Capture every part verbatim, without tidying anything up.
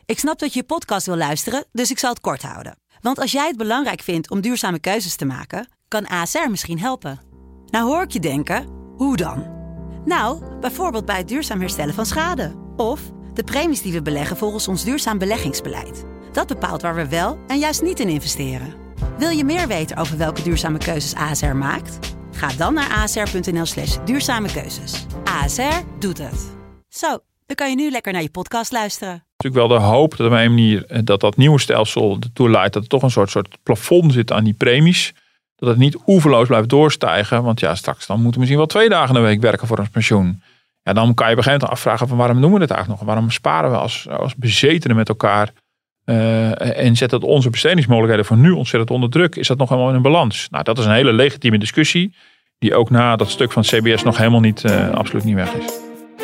Ik snap dat je je podcast wil luisteren, dus ik zal het kort houden. Want als jij het belangrijk vindt om duurzame keuzes te maken, kan A S R misschien helpen. Nou hoor ik je denken, hoe dan? Nou, bijvoorbeeld bij het duurzaam herstellen van schade. Of de premies die we beleggen volgens ons duurzaam beleggingsbeleid. Dat bepaalt waar we wel en juist niet in investeren. Wil je meer weten over welke duurzame keuzes A S R maakt? Ga dan naar asr.nl slash duurzame keuzes. A S R doet het. Zo, dan kan je nu lekker naar je podcast luisteren. Natuurlijk wel de hoop dat op een manier dat dat nieuwe stelsel ertoe leidt dat er toch een soort, soort plafond zit aan die premies. Dat het niet oeverloos blijft doorstijgen. Want ja, straks dan moeten we misschien wel twee dagen in de week werken voor ons pensioen. Ja, dan kan je op een gegeven moment afvragen van waarom doen we dit eigenlijk nog? Waarom sparen we als, als bezetenen met elkaar? Uh, en zet dat onze bestedingsmogelijkheden voor nu ontzettend onder druk? Is dat nog helemaal in een balans? Nou, dat is een hele legitieme discussie. Die ook na dat stuk van het C B S nog helemaal niet, uh, absoluut niet weg is.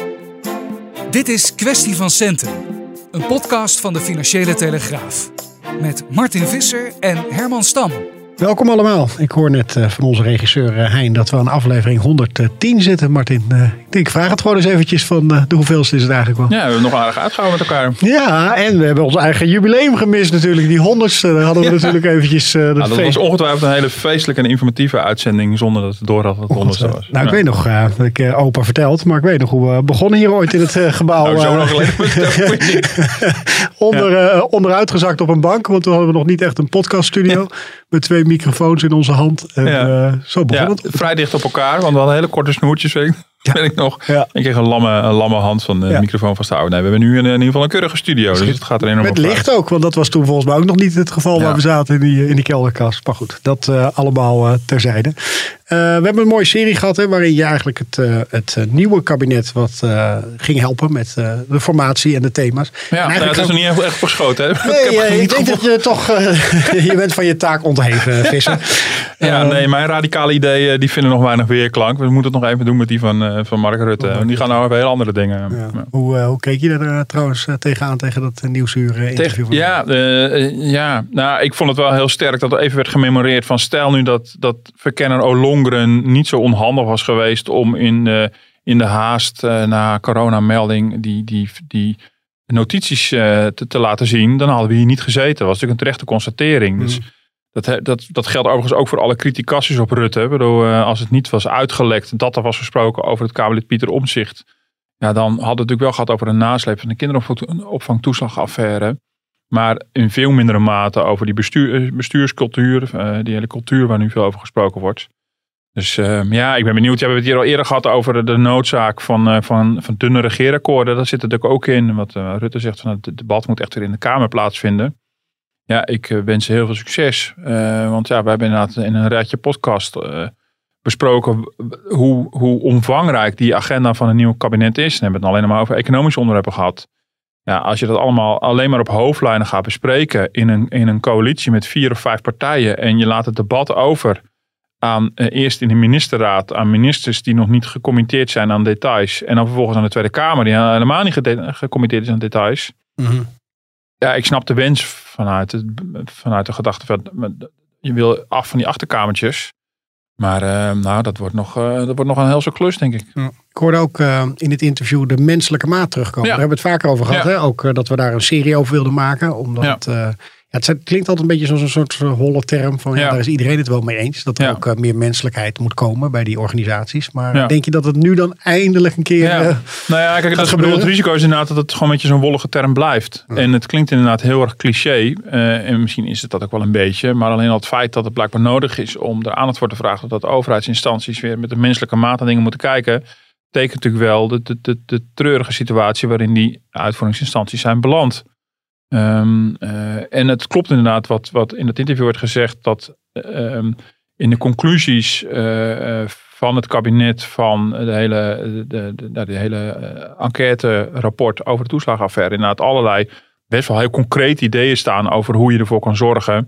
Dit is Kwestie van Centen. Een podcast van de Financiële Telegraaf. Met Martin Visser en Herman Stam. Welkom allemaal. Ik hoor net uh, van onze regisseur uh, Hein dat we aan aflevering honderdtien zitten. Martin, uh, ik denk, vraag het gewoon eens eventjes van uh, de hoeveelste is het eigenlijk wel? Ja, we hebben nog aardig uitgehouden met elkaar. Ja, en we hebben ons eigen jubileum gemist natuurlijk. Die honderdste uh, hadden we ja. natuurlijk eventjes... Uh, nou, dat feest... was ongetwijfeld een hele feestelijke en informatieve uitzending zonder dat het door had dat het honderdste was. Nou, ja. ik weet nog, uh, dat ik uh, opa verteld, maar ik weet nog hoe we begonnen hier ooit in het uh, gebouw. Nou, zo uh, nog geleden. Onder, ja. uh, onderuitgezakt op een bank, want toen hadden we nog niet echt een podcaststudio. Ja. Met twee microfoons in onze hand. En ja. uh, zo begon ja, het. Vrij dicht op elkaar, want we hadden hele korte snoertjes, weet ik, ja. weet ik nog. Ja. Ik kreeg een lamme, een lamme hand van de ja. microfoon vast te houden. Nee, we hebben nu in, in ieder geval een keurige studio, dus het gaat er enorm met licht ook, want dat was toen volgens mij ook nog niet het geval ja. waar we zaten in die, in die kelderkast. Maar goed, dat uh, allemaal uh, terzijde. Uh, we hebben een mooie serie gehad, hè, waarin je eigenlijk het, uh, het uh, nieuwe kabinet wat uh, ging helpen met uh, de formatie en de thema's. Ja, nou, het is nog niet echt, echt verschoten. Hè? Nee, ik, heb uh, ik denk dat je toch, uh, je bent van je taak ontheven, Visser. Ja, uh, nee, mijn radicale ideeën die vinden nog weinig weerklank. We moeten het nog even doen met die van, uh, van Mark Rutte. Oh, die gaan nou over heel andere dingen. Ja. Ja. Hoe, uh, hoe keek je er uh, trouwens uh, tegenaan tegen dat uh, Nieuwsuur uh, interview? Tegen, ja, uh, ja, nou, ik vond het wel heel sterk dat er even werd gememoreerd van stel nu dat, dat verkenner Ollongren niet zo onhandig was geweest om in, uh, in de haast uh, na coronamelding die, die, die notities uh, te, te laten zien, dan hadden we hier niet gezeten. Dat was natuurlijk een terechte constatering. Mm. Dus dat, dat, dat geldt overigens ook voor alle criticaties op Rutte. Ik bedoel, uh, als het niet was uitgelekt dat er was gesproken over het Kamerlid Pieter Omtzigt, ja, dan hadden we het natuurlijk wel gehad over een nasleep van de kinderopvangtoeslagaffaire. Maar in veel mindere mate over die bestuur, bestuurscultuur, uh, die hele cultuur waar nu veel over gesproken wordt. Dus uh, ja, ik ben benieuwd. Ja, we hebben het hier al eerder gehad over de noodzaak van, uh, van, van dunne regeerakkoorden. Dat zit er natuurlijk ook in. Wat uh, Rutte zegt, van het debat moet echt weer in de Kamer plaatsvinden. Ja, ik uh, wens ze heel veel succes. Uh, want ja, we hebben inderdaad in een rijtje podcast uh, besproken hoe, hoe omvangrijk die agenda van een nieuw kabinet is. We hebben het alleen maar over economische onderwerpen gehad. Ja, als je dat allemaal alleen maar op hoofdlijnen gaat bespreken in een, in een coalitie met vier of vijf partijen en je laat het debat over aan uh, eerst in de ministerraad aan ministers die nog niet gecommitteerd zijn aan details en dan vervolgens aan de Tweede Kamer die helemaal niet gede- gecommitteerd is aan details. Mm-hmm. Ja, ik snap de wens vanuit, het, vanuit de gedachte van je wil af van die achterkamertjes. Maar uh, nou, dat wordt, nog, uh, dat wordt nog een helse klus, denk ik. Ja. Ik hoorde ook uh, in het interview de menselijke maat terugkomen. Ja. Daar hebben we het vaker over gehad. Ja. Hè? Ook uh, dat we daar een serie over wilden maken. Omdat ja. het, uh, ja, het klinkt altijd een beetje zoals een soort uh, holle term. Van, ja, ja. Daar is iedereen het wel mee eens. Dat er ja. ook uh, meer menselijkheid moet komen bij die organisaties. Maar ja. denk je dat het nu dan eindelijk een keer ja. uh, Nou ja, kijk, dat bedoel, het risico is inderdaad dat het gewoon een beetje zo'n wollige term blijft. Ja. En het klinkt inderdaad heel erg cliché. Uh, en misschien is het dat ook wel een beetje. Maar alleen al het feit dat het blijkbaar nodig is om er aandacht voor te vragen. Dat overheidsinstanties weer met de menselijke maat aan dingen moeten kijken. Betekent natuurlijk wel de, de, de, de treurige situatie waarin die uitvoeringsinstanties zijn beland. Um, uh, en het klopt inderdaad wat, wat in het interview werd gezegd. Dat um, in de conclusies uh, uh, van het kabinet van de hele, de, de, de, de hele uh, enquête-rapport over de toeslagenaffaire. Inderdaad allerlei best wel heel concrete ideeën staan over hoe je ervoor kan zorgen.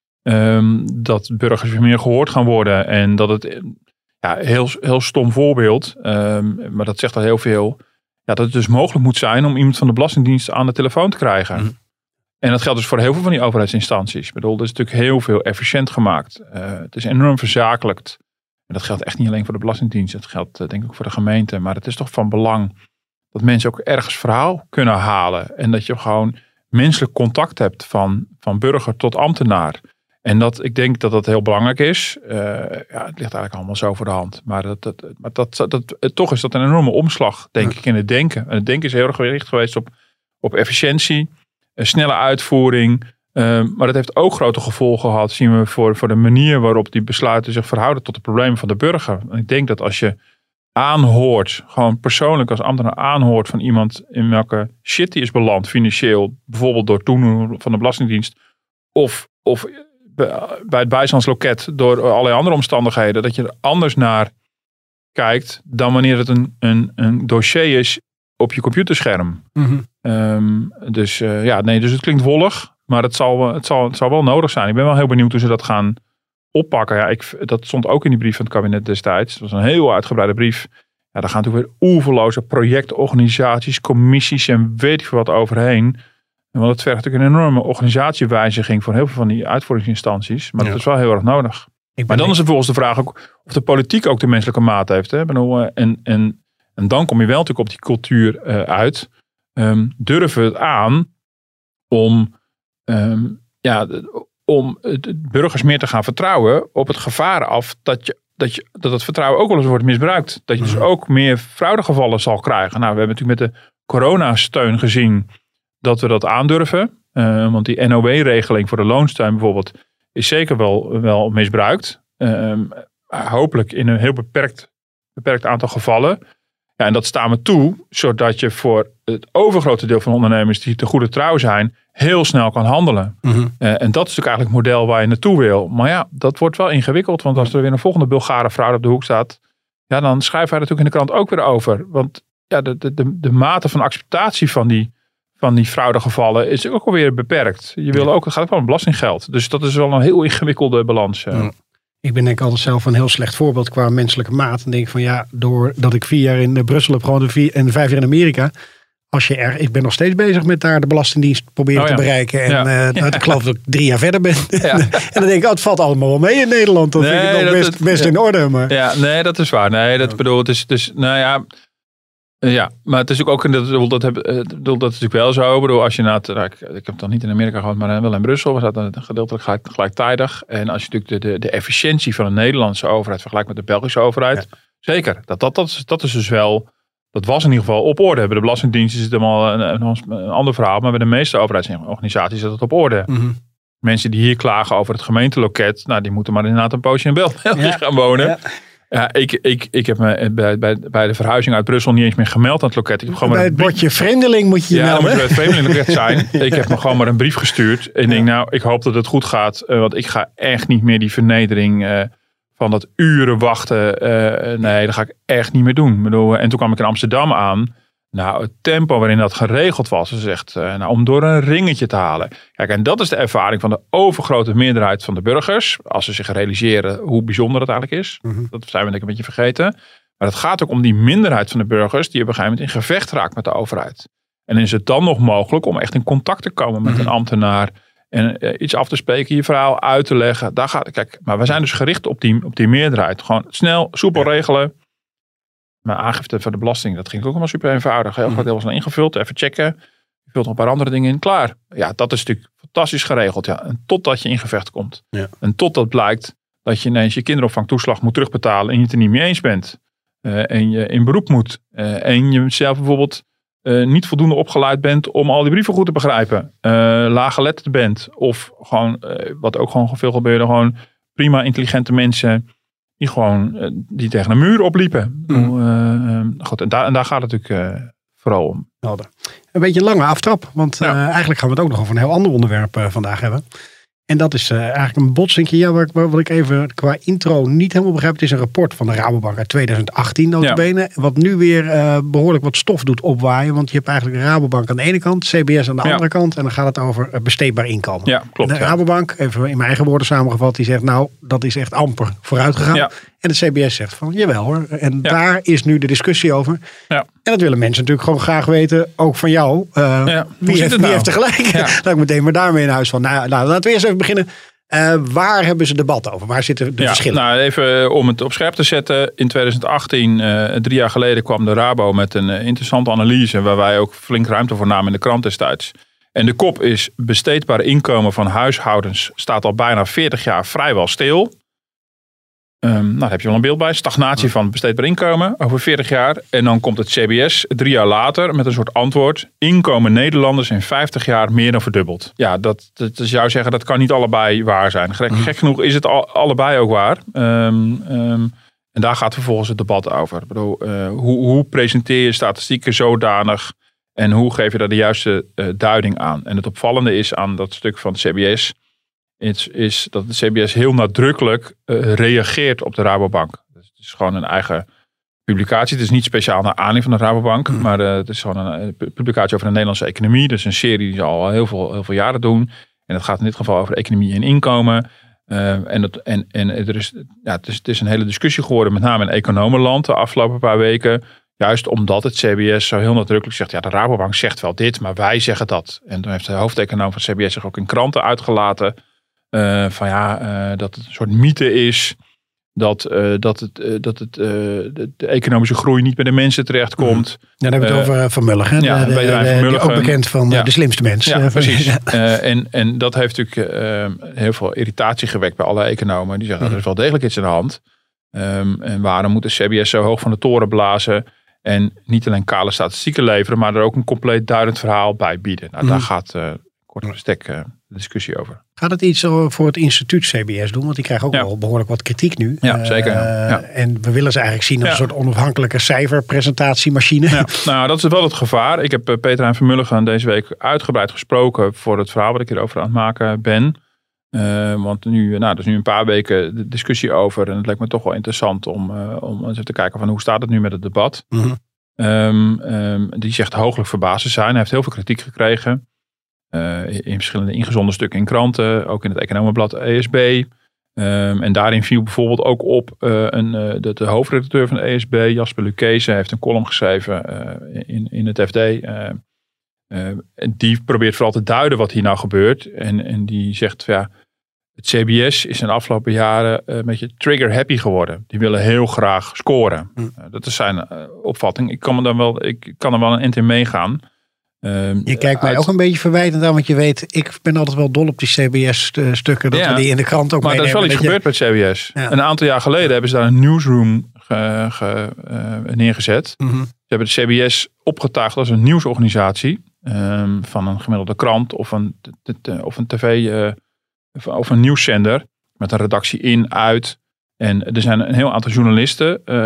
Um, dat burgers weer meer gehoord gaan worden. En dat het... Ja, heel, heel stom voorbeeld, um, maar dat zegt al heel veel. Ja, dat het dus mogelijk moet zijn om iemand van de Belastingdienst aan de telefoon te krijgen. Mm. En dat geldt dus voor heel veel van die overheidsinstanties. Ik bedoel, er is natuurlijk heel veel efficiënt gemaakt. Uh, het is enorm verzakelijkt. En dat geldt echt niet alleen voor de Belastingdienst. Dat geldt uh, denk ik ook voor de gemeente. Maar het is toch van belang dat mensen ook ergens verhaal kunnen halen. En dat je gewoon menselijk contact hebt van, van burger tot ambtenaar. En dat, ik denk dat dat heel belangrijk is. Uh, ja, het ligt eigenlijk allemaal zo voor de hand. Maar, dat, dat, maar dat, dat, dat, toch is dat een enorme omslag, denk ja. ik, in het denken. En het denken is heel erg gericht geweest op, op efficiëntie, snelle uitvoering. Uh, maar dat heeft ook grote gevolgen gehad, zien we, voor, voor de manier waarop die besluiten zich verhouden tot de problemen van de burger. En ik denk dat als je aanhoort, gewoon persoonlijk als ambtenaar aanhoort van iemand in welke shit die is beland, financieel, bijvoorbeeld door toedoen van de Belastingdienst, of, of bij het bijstandsloket door allerlei andere omstandigheden, dat je er anders naar kijkt dan wanneer het een, een, een dossier is op je computerscherm. Mm-hmm. Um, dus uh, ja, nee, dus het klinkt wollig. Maar het zal, het, zal, het zal wel nodig zijn. Ik ben wel heel benieuwd hoe ze dat gaan oppakken. Ja, ik, dat stond ook in die brief van het kabinet destijds. Het was een heel uitgebreide brief. Ja, daar gaan natuurlijk weer oeverloze projectorganisaties, commissies en weet ik veel wat overheen. En want het vergt natuurlijk een enorme organisatiewijziging voor heel veel van die uitvoeringsinstanties. Maar ja. dat is wel heel erg nodig. Maar dan is er volgens de vraag ook of de politiek ook de menselijke maat heeft. Hè? En, en, en dan kom je wel natuurlijk op die cultuur uh, uit. Um, durven we het aan om... Um, ja, om de burgers meer te gaan vertrouwen op het gevaar af dat, je, dat, je, dat het vertrouwen ook wel eens wordt misbruikt. Dat je dus ook meer fraudegevallen zal krijgen. Nou, we hebben natuurlijk met de coronasteun gezien dat we dat aandurven. Uh, want die N O W-regeling voor de loonsteun bijvoorbeeld is zeker wel, wel misbruikt. Uh, hopelijk in een heel beperkt, beperkt aantal gevallen. Ja, en dat staan we toe, zodat je voor het overgrote deel van de ondernemers die te goede trouw zijn, heel snel kan handelen. Mm-hmm. Uh, en dat is natuurlijk eigenlijk het model waar je naartoe wil. Maar ja, dat wordt wel ingewikkeld, want als er weer een volgende Bulgare fraude op de hoek staat, ja, dan schrijven wij natuurlijk in de krant ook weer over. Want ja, de, de, de, de mate van acceptatie van die, van die fraudegevallen is ook alweer beperkt. Je wil ook, het gaat ook wel om belastinggeld. Dus dat is wel een heel ingewikkelde balans. Uh. Mm. Ik ben denk ik altijd zelf een heel slecht voorbeeld qua menselijke maat. Dan denk ik van ja, doordat ik vier jaar in Brussel heb gewoond en, vier, en vijf jaar in Amerika. Als je er, ik ben nog steeds bezig met daar de Belastingdienst proberen oh ja. te bereiken. En ja. uh, ja. ik geloof dat ik drie jaar verder ben. Ja. en dan denk ik, oh, het valt allemaal wel mee in Nederland. Dat nee, vind ik nog best, het, best ja. in orde. Maar. Ja, nee, dat is waar. Nee, dat ja. bedoel, het is, dus, nou ja... Ja, maar het is ook, dat, dat, heb, dat is natuurlijk wel zo. Ik bedoel, als je na het, nou, ik, ik heb het dan niet in Amerika gehad, maar wel in Brussel. We zaten gedeeltelijk gelijk, gelijktijdig. En als je natuurlijk de, de, de efficiëntie van de Nederlandse overheid vergelijkt met de Belgische overheid. Ja. Zeker, dat, dat, dat, is, dat is dus wel, dat was in ieder geval op orde. Bij de Belastingdienst is het helemaal een, een, een ander verhaal. Maar bij de meeste overheidsorganisaties is dat op orde. Mm-hmm. Mensen die hier klagen over het gemeenteloket, nou die moeten maar inderdaad een poosje in België ja. gaan wonen. Ja. Ja, ik, ik, ik heb me bij, bij, bij de verhuizing uit Brussel niet eens meer gemeld aan het loket. Ik heb gewoon bij het bordje vreemdeling moet je ja, melden. Ja, moet je bij het vreemdelingloket zijn. Ik heb me gewoon maar een brief gestuurd. En ik denk, nou, ik hoop dat het goed gaat. Uh, want ik ga echt niet meer die vernedering uh, van dat uren wachten. Uh, nee, dat ga ik echt niet meer doen. Ik bedoel, en toen kwam ik in Amsterdam aan. Nou, het tempo waarin dat geregeld was, is echt uh, nou, om door een ringetje te halen. Kijk, en dat is de ervaring van de overgrote meerderheid van de burgers. Als ze zich realiseren hoe bijzonder dat eigenlijk is. Mm-hmm. Dat zijn we denk ik een beetje vergeten. Maar het gaat ook om die minderheid van de burgers die op een gegeven moment in gevecht raakt met de overheid. En is het dan nog mogelijk om echt in contact te komen met mm-hmm. een ambtenaar en uh, iets af te spreken, je verhaal uit te leggen. Daar gaat, kijk, maar we zijn dus gericht op die, op die meerderheid. Gewoon snel, soepel ja. regelen. Maar aangifte van de belasting, dat ging ook allemaal super eenvoudig. Heel groot deel was dan ingevuld, even checken. Je vult nog een paar andere dingen in, klaar. Ja, dat is natuurlijk fantastisch geregeld. Ja. En totdat je in gevecht komt. Ja. En totdat blijkt dat je ineens je kinderopvangtoeslag moet terugbetalen en je het er niet mee eens bent. Uh, en je in beroep moet. Uh, en je zelf bijvoorbeeld uh, niet voldoende opgeleid bent om al die brieven goed te begrijpen. Uh, laaggeletterd bent. Of gewoon, uh, wat ook gewoon veel gebeurde, gewoon prima intelligente mensen die gewoon uh, die tegen een muur opliepen. Mm. Uh, uh, goed, en, daar, en daar gaat het natuurlijk uh, vooral om. Helder. Een beetje een lange aftrap, want ja. uh, eigenlijk gaan we het ook nog over een heel ander onderwerp uh, vandaag hebben. En dat is uh, eigenlijk een botsingje, ja, waar, waar, wat ik even qua intro niet helemaal begrijp. Het is een rapport van de Rabobank uit twintig achttien notabene. Ja. Wat nu weer uh, behoorlijk wat stof doet opwaaien. Want je hebt eigenlijk de Rabobank aan de ene kant, C B S aan de ja. andere kant. En dan gaat het over uh, besteedbaar inkomen. Ja, klopt. De ja. Rabobank, even in mijn eigen woorden samengevat, die zegt nou, dat is echt amper vooruit gegaan. Ja. En de C B S zegt van, jawel hoor. En ja. daar is nu de discussie over. Ja. En dat willen mensen natuurlijk gewoon graag weten, ook van jou. Uh, ja. Wie, heeft, nou? wie heeft er gelijk? Ja. Laat ik meteen maar daarmee in huis van. Nou, nou, laten we eerst even beginnen. Uh, waar hebben ze debat over? Waar zitten de ja, verschillen? Nou, even om het op scherp te zetten. In twintig achttien, uh, drie jaar geleden, kwam de Rabo met een uh, interessante analyse. Waar wij ook flink ruimte voor namen in de krant destijds. En de kop is besteedbaar inkomen van huishoudens staat al bijna veertig jaar vrijwel stil. Um, nou, daar heb je wel een beeld bij. Stagnatie van besteedbaar inkomen over veertig jaar. En dan komt het C B S drie jaar later met een soort antwoord. Inkomen Nederlanders in vijftig jaar meer dan verdubbeld. Ja, dat, dat zou zeggen dat kan niet allebei waar zijn. Gek, gek genoeg is het al, allebei ook waar. Um, um, en daar gaat vervolgens het debat over. Ik bedoel, uh, hoe, hoe presenteer je statistieken zodanig en hoe geef je daar de juiste uh, duiding aan? En het opvallende is aan dat stuk van het C B S... Is, is dat de C B S heel nadrukkelijk uh, reageert op de Rabobank. Dus het is gewoon een eigen publicatie. Het is niet speciaal naar aanleiding van de Rabobank. Mm. Maar uh, het is gewoon een, een publicatie over de Nederlandse economie. Dus een serie die ze al heel veel, heel veel jaren doen. En het gaat in dit geval over economie en inkomen. Uh, en het, en, en er is, ja, het, is, het is een hele discussie geworden. Met name in economenland de afgelopen paar weken. Juist omdat het C B S zo heel nadrukkelijk zegt. Ja, de Rabobank zegt wel dit, maar wij zeggen dat. En toen heeft de hoofdeconoom van het C B S zich ook in kranten uitgelaten. Uh, van ja, uh, dat het een soort mythe is. Dat, uh, dat, het, uh, dat het, uh, de, de economische groei niet bij de mensen terechtkomt. Mm. Ja, dan hebben we het uh, over Van Mulligen. Ja, de, de, de, de, ook bekend van ja. de slimste mens. Ja, precies. uh, en, en dat heeft natuurlijk uh, heel veel irritatie gewekt bij alle economen. Die zeggen, mm. er is wel degelijk iets aan de hand. Um, en waarom moet de C B S zo hoog van de toren blazen? En niet alleen kale statistieken leveren, maar er ook een compleet duidend verhaal bij bieden. Nou, mm. daar gaat uh, kort en stek uh, de discussie over. Gaat het iets voor het instituut C B S doen? Want die krijgen ook ja. wel behoorlijk wat kritiek nu. Ja, zeker. Uh, ja. En we willen ze eigenlijk zien als ja. een soort onafhankelijke cijferpresentatiemachine. Ja. Nou, dat is wel het gevaar. Ik heb Peter van Mulligen deze week uitgebreid gesproken voor het verhaal wat ik hierover aan het maken ben. Uh, want nu, nou, er is nu een paar weken de discussie over. En het lijkt me toch wel interessant om, uh, om eens even te kijken van hoe staat het nu met het debat. Mm-hmm. Um, um, die zegt hooglijk verbaasd te zijn. Hij heeft heel veel kritiek gekregen. Uh, in verschillende ingezonden stukken in kranten. Ook in het Economenblad E S B. Um, en daarin viel bijvoorbeeld ook op uh, een, uh, de, de hoofdredacteur van de E S B, Jasper Lucchese, heeft een column geschreven uh, in, in het F D. Uh, uh, die probeert vooral te duiden wat hier nou gebeurt. En, en die zegt, ja, het C B S is in de afgelopen jaren uh, een beetje trigger happy geworden. Die willen heel graag scoren. Mm. Uh, dat is zijn uh, opvatting. Ik kan, me dan wel, ik kan er wel een eind in meegaan. Um, je kijkt mij uit... ook een beetje verwijtend aan, want je weet, ik ben altijd wel dol op die C B S-stukken, dat ja, we die in de krant ook maar meenemen. Maar er is wel iets gebeurd je... bij het C B S. Ja. Een aantal jaar geleden hebben ze daar een newsroom ge, ge, uh, neergezet. Mm-hmm. Ze hebben de C B S opgetuigd als een nieuwsorganisatie um, van een gemiddelde krant of een, t- t- of een tv uh, of een nieuwszender met een redactie in, uit. En er zijn een heel aantal journalisten, uh,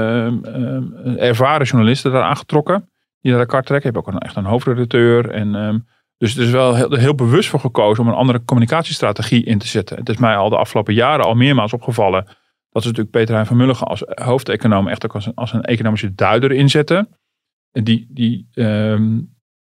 uh, ervaren journalisten daar aangetrokken. Die naar de kar trekken. Je hebt ook een, echt een hoofdredacteur. En, um, dus er is wel heel, heel bewust voor gekozen om een andere communicatiestrategie in te zetten. Het is mij al de afgelopen jaren al meermaals opgevallen dat ze natuurlijk Peter Hein van Mulligen als hoofdeconoom echt ook als een, als een economische duider inzetten. En, die, die, um,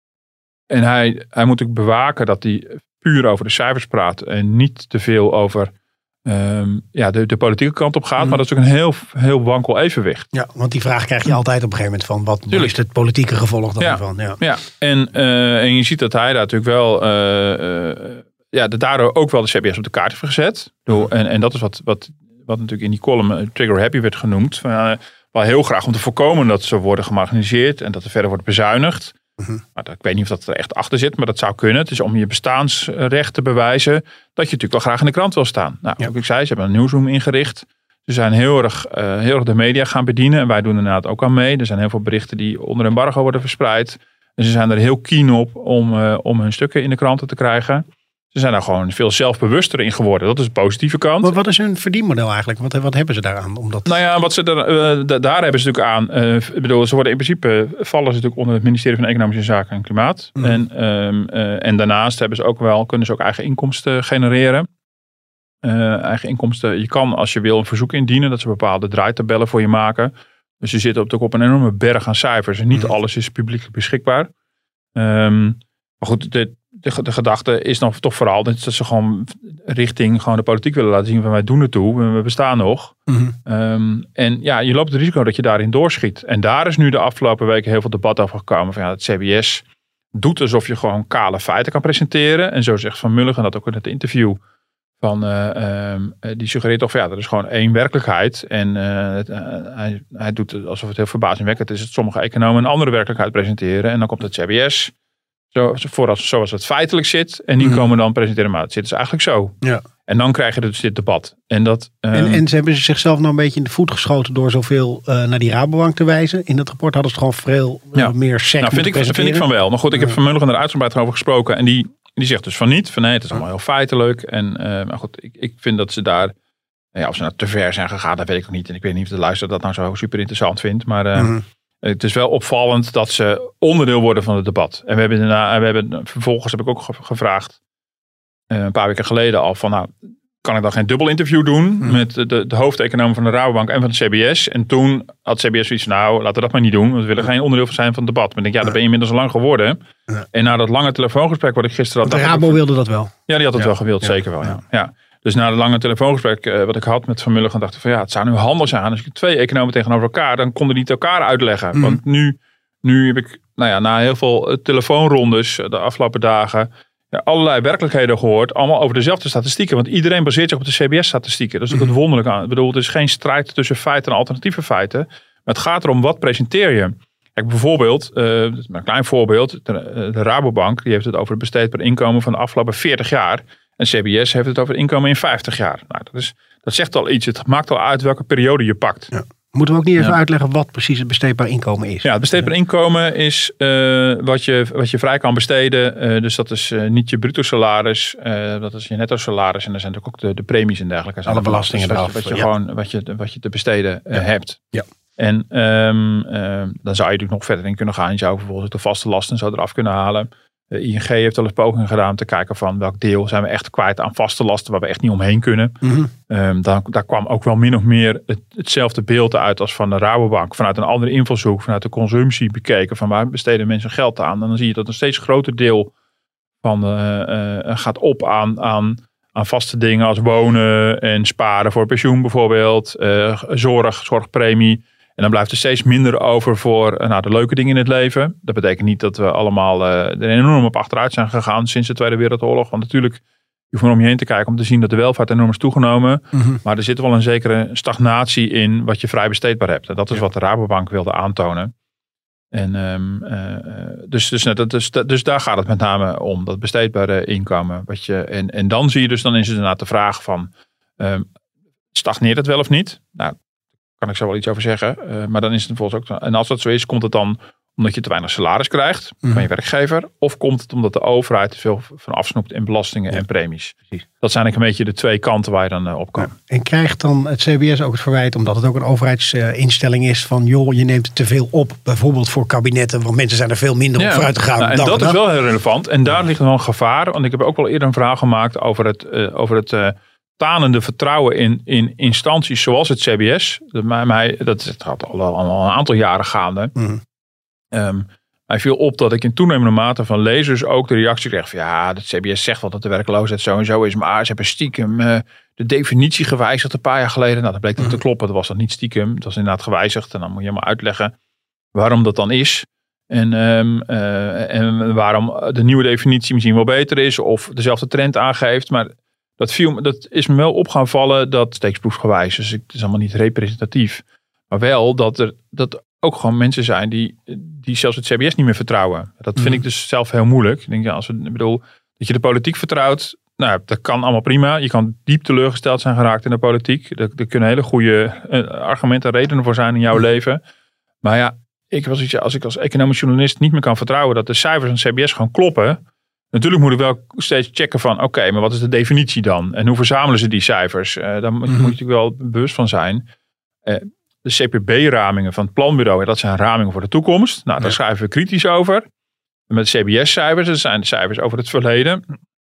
en hij, hij moet natuurlijk bewaken dat hij puur over de cijfers praat en niet te veel over Um, ja, de, de politieke kant op gaat. Mm. Maar dat is ook een heel, heel wankel evenwicht. Ja, want die vraag krijg je altijd op een gegeven moment van wat is het politieke gevolg daarvan? Ja, ja. ja. En, uh, en je ziet dat hij daar natuurlijk wel uh, uh, ja, daardoor ook wel de C B S op de kaart heeft gezet. Mm. En, en dat is wat, wat, wat natuurlijk in die column uh, trigger happy werd genoemd. Uh, wel heel graag om te voorkomen dat ze worden gemarginaliseerd en dat er verder wordt bezuinigd. Mm-hmm. Maar dat, ik weet niet of dat er echt achter zit, maar dat zou kunnen. Het is om je bestaansrecht te bewijzen dat je natuurlijk wel graag in de krant wil staan. Nou, ja. Ook ik zei, ze hebben een newsroom ingericht. Ze zijn heel erg, uh, heel erg de media gaan bedienen. En wij doen er inderdaad ook aan mee. Er zijn heel veel berichten die onder embargo worden verspreid. En ze zijn er heel keen op om, uh, om hun stukken in de kranten te krijgen. Ze zijn daar gewoon veel zelfbewuster in geworden. Dat is de positieve kant. Maar wat is hun verdienmodel eigenlijk? Wat, wat hebben ze daaraan? Omdat... Nou ja, wat ze er, uh, daar hebben ze natuurlijk aan. Uh, ik bedoel, ze worden in principe vallen ze natuurlijk onder het ministerie van Economische Zaken en Klimaat. Mm. En, um, uh, en daarnaast hebben ze ook wel, kunnen ze ook eigen inkomsten genereren. Uh, eigen inkomsten. Je kan als je wil een verzoek indienen dat ze bepaalde draaitabellen voor je maken. Dus je zit op, op een enorme berg aan cijfers. En niet mm. alles is publiekelijk beschikbaar. Um, maar goed, dit. De, de gedachte is dan toch vooral dat ze gewoon richting gewoon de politiek willen laten zien van wij doen het toe, we bestaan nog. Mm-hmm. Um, en ja, je loopt het risico dat je daarin doorschiet. En daar is nu de afgelopen weken heel veel debat over gekomen van ja, het C B S doet alsof je gewoon kale feiten kan presenteren. En zo zegt Van Mulligen dat ook in het interview. Van, uh, um, die suggereert toch van ja, er is gewoon één werkelijkheid. En uh, het, uh, hij, hij doet het alsof het heel verbazingwekkend is dat sommige economen een andere werkelijkheid presenteren. En dan komt het C B S. Zo, voorals, zoals het feitelijk zit. En die mm. komen dan presenteren. Maar het zit dus eigenlijk zo. Ja. En dan krijg je dus dit debat. En, dat, um, en, en ze hebben zichzelf nou een beetje in de voet geschoten door zoveel uh, naar die Rabobank te wijzen. In dat rapport hadden ze gewoon veel uh, ja. meer sec nou, vind ik, vind ik van wel. Maar goed, ik heb ja. Van Mulligen er uitgebreid over gesproken. En die, die zegt dus van niet. Van nee, het is allemaal heel feitelijk. En uh, maar goed, ik, ik vind dat ze daar... Ja, of ze nou te ver zijn gegaan, dat weet ik ook niet. En ik weet niet of de luisteraar dat nou zo super interessant vindt. Maar uh, mm-hmm. het is wel opvallend dat ze onderdeel worden van het debat. En we hebben, daarna, we hebben vervolgens heb ik ook gevraagd... Uh, een paar weken geleden al van... nou, kan ik dan geen dubbel interview doen hmm. met de, de hoofdeconoom van de Rabobank en van de C B S. En toen had C B S zoiets van, nou, laten we dat maar niet doen. Want we willen geen onderdeel van zijn van het debat. Maar ik denk, ja, dat ben je inmiddels al lang geworden. Ja. En na dat lange telefoongesprek wat ik gisteren had... De Rabo ik, wilde dat wel. Ja, die had het ja. wel gewild, ja. zeker wel. Ja. Ja. Dus na het lange telefoongesprek uh, wat ik had met Van Mulligen, dacht ik van, ja, het zou nu handig zijn. Als ik twee economen tegenover elkaar, dan konden die het elkaar uitleggen. Hmm. Want nu, nu heb ik, nou ja, na heel veel telefoonrondes de afgelopen dagen... Ja, allerlei werkelijkheden gehoord, allemaal over dezelfde statistieken. Want iedereen baseert zich op de C B S-statistieken. Dat is ook het wonderlijke aan. Ik bedoel, er is geen strijd tussen feiten en alternatieve feiten. Maar het gaat erom, wat presenteer je? Kijk, bijvoorbeeld, uh, een klein voorbeeld. De, de Rabobank die heeft het over het besteedbaar inkomen van de afgelopen veertig jaar. En C B S heeft het over het inkomen in vijftig jaar. Nou, dat, is, dat zegt al iets. Het maakt al uit welke periode je pakt. Ja. Moeten we ook niet even ja. uitleggen wat precies het besteedbaar inkomen is? Ja, het besteedbaar inkomen is uh, wat, je, wat je vrij kan besteden. Uh, dus dat is uh, niet je bruto salaris. Uh, dat is je netto salaris. En dan zijn natuurlijk ook de, de premies en dergelijke. Alle belastingen dus eraf. Wat je, wat je, ja. gewoon, wat je, wat je te besteden uh, ja. hebt. Ja. En um, uh, dan zou je natuurlijk nog verder in kunnen gaan. Je zou bijvoorbeeld de vaste lasten zo eraf kunnen halen. De I N G heeft al eens pogingen gedaan om te kijken van welk deel zijn we echt kwijt aan vaste lasten waar we echt niet omheen kunnen. Mm-hmm. Um, daar, daar kwam ook wel min of meer het, hetzelfde beeld uit als van de Rabobank. Vanuit een andere invalshoek, vanuit de consumptie bekeken van waar besteden mensen geld aan. En dan zie je dat een steeds groter deel van uh, uh, gaat op aan, aan, aan vaste dingen als wonen en sparen voor pensioen bijvoorbeeld. Uh, zorg, zorgpremie. En dan blijft er steeds minder over voor uh, nou, de leuke dingen in het leven. Dat betekent niet dat we allemaal uh, er enorm op achteruit zijn gegaan sinds de Tweede Wereldoorlog. Want natuurlijk, je hoeft maar om je heen te kijken om te zien dat de welvaart enorm is toegenomen. Mm-hmm. Maar er zit wel een zekere stagnatie in wat je vrij besteedbaar hebt. En dat is ja. wat de Rabobank wilde aantonen. En, um, uh, dus, dus, dus, dus, dus daar gaat het met name om, dat besteedbare inkomen. Wat je, en, en dan zie je dus, dan is het inderdaad de vraag van, um, stagneert het wel of niet? Nou, kan ik zo wel iets over zeggen. Uh, maar dan is het vervolgens ook, en als dat zo is, komt het dan omdat je te weinig salaris krijgt mm. van je werkgever? Of komt het omdat de overheid te veel van afsnoept in belastingen ja. en premies? Precies. Dat zijn eigenlijk een beetje de twee kanten waar je dan uh, op kan. Ja. En krijgt dan het C B S ook het verwijt, omdat het ook een overheidsinstelling uh, is, van joh, je neemt te veel op, bijvoorbeeld voor kabinetten, want mensen zijn er veel minder ja. op vooruit te gaan. Nou, en dat is wel heel relevant. En daar ligt wel een gevaar. Want ik heb ook wel eerder een verhaal gemaakt over het, uh, over het uh, tanende vertrouwen in, in instanties zoals het C B S. Dat, mij, dat gaat al, al, al een aantal jaren gaande. Mm. Um, mij viel op dat ik in toenemende mate van lezers ook de reactie kreeg van ja, het C B S zegt wel dat de werkloosheid zo en zo is, maar ze hebben stiekem uh, de definitie gewijzigd een paar jaar geleden. Nou, dat bleek mm. te kloppen. Dat was dat niet stiekem. Het was inderdaad gewijzigd en dan moet je maar uitleggen waarom dat dan is. En, um, uh, en waarom de nieuwe definitie misschien wel beter is of dezelfde trend aangeeft. Maar dat, viel, dat is me wel op gaan vallen, dat steeksproefgewijs. Dus het is allemaal niet representatief. Maar wel dat er dat ook gewoon mensen zijn die, die zelfs het C B S niet meer vertrouwen. Dat vind mm. ik dus zelf heel moeilijk. Ik denk, ja, als we, ik bedoel, dat je de politiek vertrouwt, nou, dat kan allemaal prima. Je kan diep teleurgesteld zijn geraakt in de politiek. Er, er kunnen hele goede uh, argumenten en redenen voor zijn in jouw mm. leven. Maar ja, ik was iets, als ik als economisch journalist niet meer kan vertrouwen dat de cijfers van C B S gewoon kloppen. Natuurlijk moet ik wel steeds checken van, oké, okay, maar wat is de definitie dan? En hoe verzamelen ze die cijfers? Uh, daar moet, mm. moet je wel bewust van zijn. Uh, De C P B-ramingen van het planbureau, dat zijn ramingen voor de toekomst. Nou, daar ja. schrijven we kritisch over. En met de C B S-cijfers, dat zijn de cijfers over het verleden.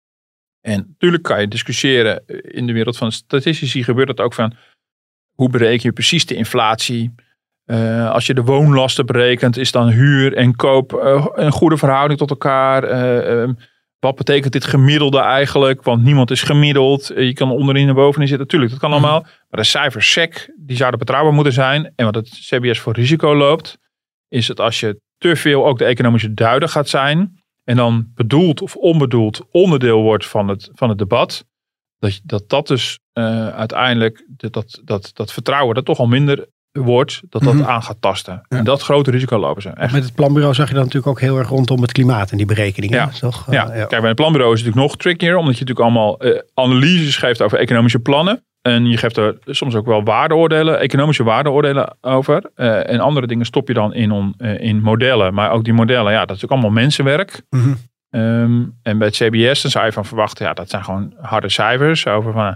En natuurlijk kan je discussiëren in de wereld van statistici, gebeurt dat ook van, hoe bereken je precies de inflatie? Uh, als je de woonlasten berekent, is dan huur en koop uh, een goede verhouding tot elkaar? Uh, uh, wat betekent dit gemiddelde eigenlijk? Want niemand is gemiddeld. Je kan onderin en bovenin zitten. Natuurlijk, dat kan allemaal. Mm. Maar de cijfers S E C, die zouden betrouwbaar moeten zijn. En wat het C B S voor risico loopt, is dat als je te veel ook de economische duider gaat zijn, en dan bedoeld of onbedoeld onderdeel wordt van het, van het debat, dat dat, dat dus uh, uiteindelijk, dat, dat, dat vertrouwen dat toch al minder wordt, dat dat Mm-hmm. aan gaat tasten. Ja. En dat grote risico lopen ze. Echt. Met het planbureau zag je dan natuurlijk ook heel erg rondom het klimaat en die berekeningen. Ja. Toch? Ja. Uh, ja. Kijk, bij het planbureau is het natuurlijk nog trickier, omdat je natuurlijk allemaal uh, analyses geeft over economische plannen. En je geeft er soms ook wel waardeoordelen, economische waardeoordelen over. Uh, en andere dingen stop je dan in, on, uh, in modellen. Maar ook die modellen, ja, dat is ook allemaal mensenwerk. Mm-hmm. Um, en bij het C B S, dan zou je van verwachten, ja, dat zijn gewoon harde cijfers over van,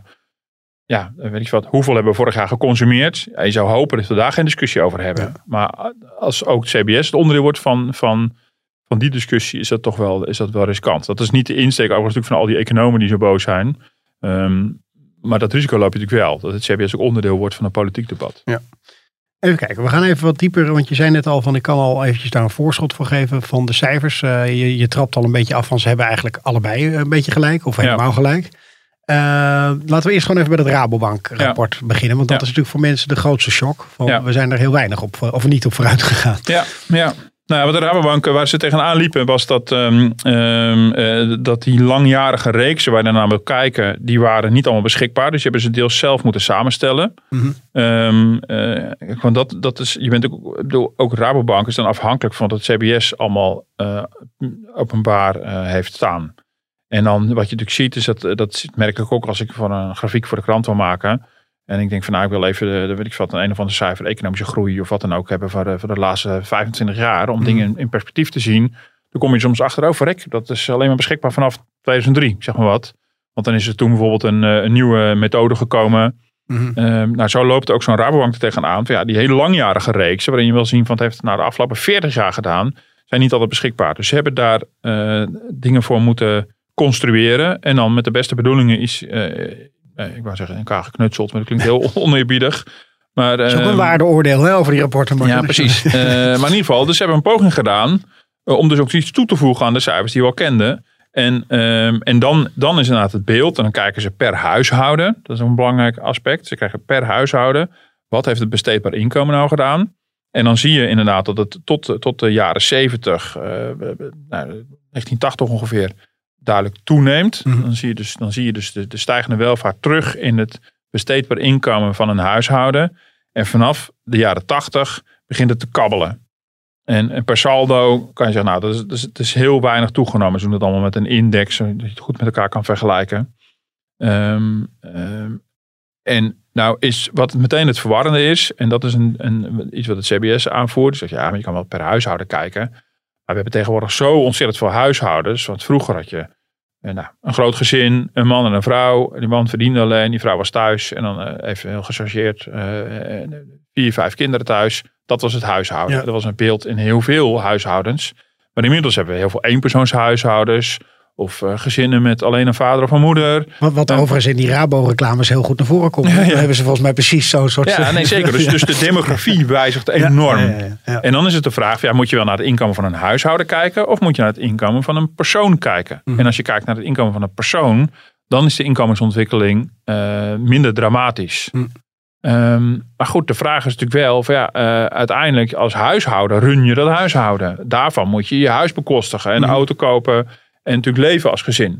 ja, weet ik wat, hoeveel hebben we vorig jaar geconsumeerd? Ja, je zou hopen dat we daar geen discussie over hebben. Ja. Maar als ook het C B S het onderdeel wordt van, van, van die discussie, is dat toch wel, is dat wel riskant. Dat is niet de insteek overigens natuurlijk van al die economen die zo boos zijn. Um, maar dat risico loop je natuurlijk wel. Dat het C B S ook onderdeel wordt van een politiek debat. Ja. Even kijken, we gaan even wat dieper. Want je zei net al van, ik kan al eventjes daar een voorschot voor geven van de cijfers. Uh, je, je trapt al een beetje af van, ze hebben eigenlijk allebei een beetje gelijk. Of helemaal ja. gelijk. Uh, laten we eerst gewoon even bij het Rabobank rapport ja. beginnen. Want dat ja. is natuurlijk voor mensen de grootste shock. Van, ja. We zijn er heel weinig op, of niet op vooruit gegaan. Ja, ja. Nou, wat de Rabobank, waar ze tegenaan liepen, was dat, um, um, uh, dat die langjarige reeksen waar je naar wil kijken, die waren niet allemaal beschikbaar. Dus je hebben ze deels zelf moeten samenstellen. Mm-hmm. Um, uh, want dat, dat is, je bent ook, bedoel, ook Rabobank is dan afhankelijk van wat het C B S allemaal uh, openbaar uh, heeft staan. En dan wat je natuurlijk ziet, is dat, dat merk ik ook als ik van een grafiek voor de krant wil maken. En ik denk van nou, ik wil even, de, de, weet ik wat, een, een of andere cijfer, economische groei of wat dan ook hebben voor de, voor de laatste vijfentwintig jaar. Om mm. dingen in perspectief te zien. Dan kom je soms achterover. Rek, dat is alleen maar beschikbaar vanaf tweeduizend drie, zeg maar wat. Want dan is er toen bijvoorbeeld een, een nieuwe methode gekomen. Mm-hmm. Um, nou, zo loopt ook zo'n Rabobank er tegenaan. Ja, die hele langjarige reeks, waarin je wil zien van het heeft nou de afgelopen veertig jaar gedaan, zijn niet altijd beschikbaar. Dus ze hebben daar uh, dingen voor moeten construeren. En dan met de beste bedoelingen is... Uh, ik wou zeggen in elkaar geknutseld, maar dat klinkt heel oneerbiedig. Maar, dat is ook een waardeoordeel hè, over die rapporten. Maar ja, precies. uh, maar in ieder geval, dus ze hebben een poging gedaan uh, om dus ook iets toe te voegen aan de cijfers die we al kenden. En, um, en dan, dan is inderdaad het beeld. En dan kijken ze per huishouden. Dat is een belangrijk aspect. Ze krijgen per huishouden. Wat heeft het besteedbaar inkomen nou gedaan? En dan zie je inderdaad dat het tot, tot de jaren zeventig, uh, nou, negentien tachtig ongeveer, duidelijk toeneemt. Mm-hmm. Dan zie je dus, dan zie je dus de, de stijgende welvaart terug in het besteedbaar inkomen van een huishouden. En vanaf de jaren tachtig begint het te kabbelen. En, en per saldo kan je zeggen, nou, dat is, dat is, het is heel weinig toegenomen. Ze doen het allemaal met een index, zodat je het goed met elkaar kan vergelijken. Um, um, en nou is wat meteen het verwarrende is, en dat is een, een, iets wat het C B S aanvoert. Dus zeg je, ja, maar je kan wel per huishouden kijken. Maar we hebben tegenwoordig zo ontzettend veel huishoudens. Want vroeger had je nou, een groot gezin, een man en een vrouw. Die man verdiende alleen, die vrouw was thuis. En dan uh, even heel gechargeerd, uh, vier, vijf kinderen thuis. Dat was het huishouden. Ja. Dat was een beeld in heel veel huishoudens. Maar inmiddels hebben we heel veel eenpersoonshuishoudens. Of uh, gezinnen met alleen een vader of een moeder. Wat, wat uh, overigens in die Rabo-reclames heel goed naar voren komt. Ja, ja. Dan hebben ze volgens mij precies zo'n soort... Ja, nee, zeker. Dus, dus de demografie wijzigt enorm. Ja, ja, ja, ja. En dan is het de vraag, ja, moet je wel naar het inkomen van een huishouden kijken? Of moet je naar het inkomen van een persoon kijken? Mm. En als je kijkt naar het inkomen van een persoon, dan is de inkomensontwikkeling uh, minder dramatisch. Mm. Um, maar goed, de vraag is natuurlijk wel, van ja, uh, uiteindelijk als huishouden run je dat huishouden. Daarvan moet je je huis bekostigen en mm. een auto kopen. En natuurlijk leven als gezin.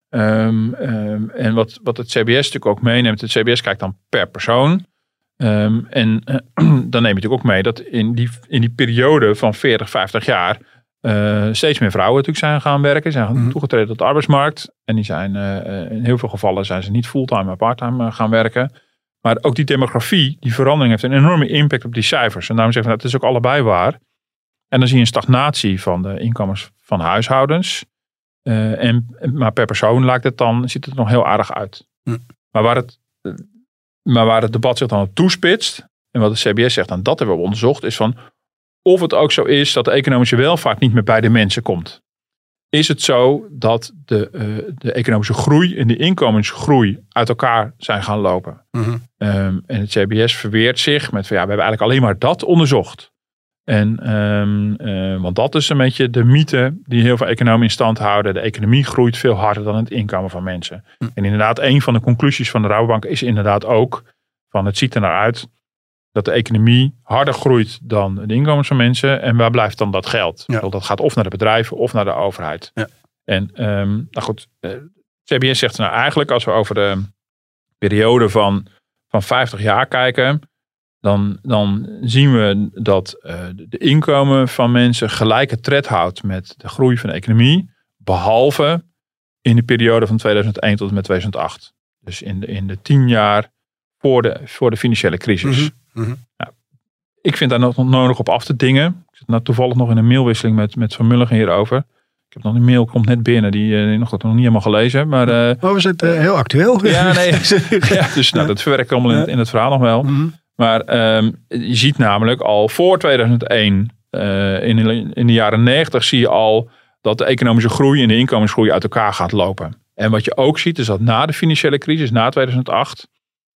Um, um, en wat, wat het C B S natuurlijk ook meeneemt. Het C B S kijkt dan per persoon. Um, en uh, dan neem je natuurlijk ook mee dat in die, in die periode van veertig, vijftig jaar... Uh, steeds meer vrouwen natuurlijk zijn gaan werken. Zijn mm-hmm. toegetreden tot de arbeidsmarkt. En die zijn uh, in heel veel gevallen zijn ze niet fulltime, maar parttime gaan werken. Maar ook die demografie, die verandering heeft een enorme impact op die cijfers. En daarom zeggen we, dat is ook allebei waar. En dan zie je een stagnatie van de inkomens van huishoudens... Uh, en, maar per persoon lijkt het dan, ziet het er nog heel aardig uit. Hm. Maar, waar het, maar waar het debat zich dan op toespitst, en wat de C B S zegt, en dat hebben we onderzocht, is van of het ook zo is dat de economische welvaart niet meer bij de mensen komt. Is het zo dat de, uh, de economische groei en de inkomensgroei uit elkaar zijn gaan lopen? Mm-hmm. Um, en het C B S verweert zich met van ja, we hebben eigenlijk alleen maar dat onderzocht. En, um, uh, want dat is een beetje de mythe die heel veel economen in stand houden. De economie groeit veel harder dan het inkomen van mensen. Hm. En inderdaad, een van de conclusies van de Rabobank is inderdaad ook van het ziet er naar uit dat de economie harder groeit dan de inkomens van mensen. En waar blijft dan dat geld? Ja. Dat gaat of naar de bedrijven of naar de overheid. Ja. En um, nou goed, uh, C B S zegt nou eigenlijk als we over de periode van, van vijftig jaar kijken... dan, dan zien we dat uh, de inkomen van mensen gelijke tred houdt met de groei van de economie. Behalve in de periode van tweeduizend één tot en met tweeduizend acht. Dus in de, in de tien jaar voor de, voor de financiële crisis. Mm-hmm. Mm-hmm. Nou, ik vind daar nog nodig op af te dingen. Ik zit nou toevallig nog in een mailwisseling met, met Van Mulligen hierover. Ik heb nog een mail, komt net binnen, die, uh, nog, nog niet helemaal gelezen. Maar, uh, oh, we zitten uh, heel actueel. Ja, nee. ja, dus nou, dat verwerk ik allemaal in, in het verhaal nog wel. Mm-hmm. Maar um, je ziet namelijk al voor tweeduizend één, uh, in, in de jaren negentig zie je al dat de economische groei en de inkomensgroei uit elkaar gaat lopen. En wat je ook ziet is dat na de financiële crisis, na tweeduizend acht,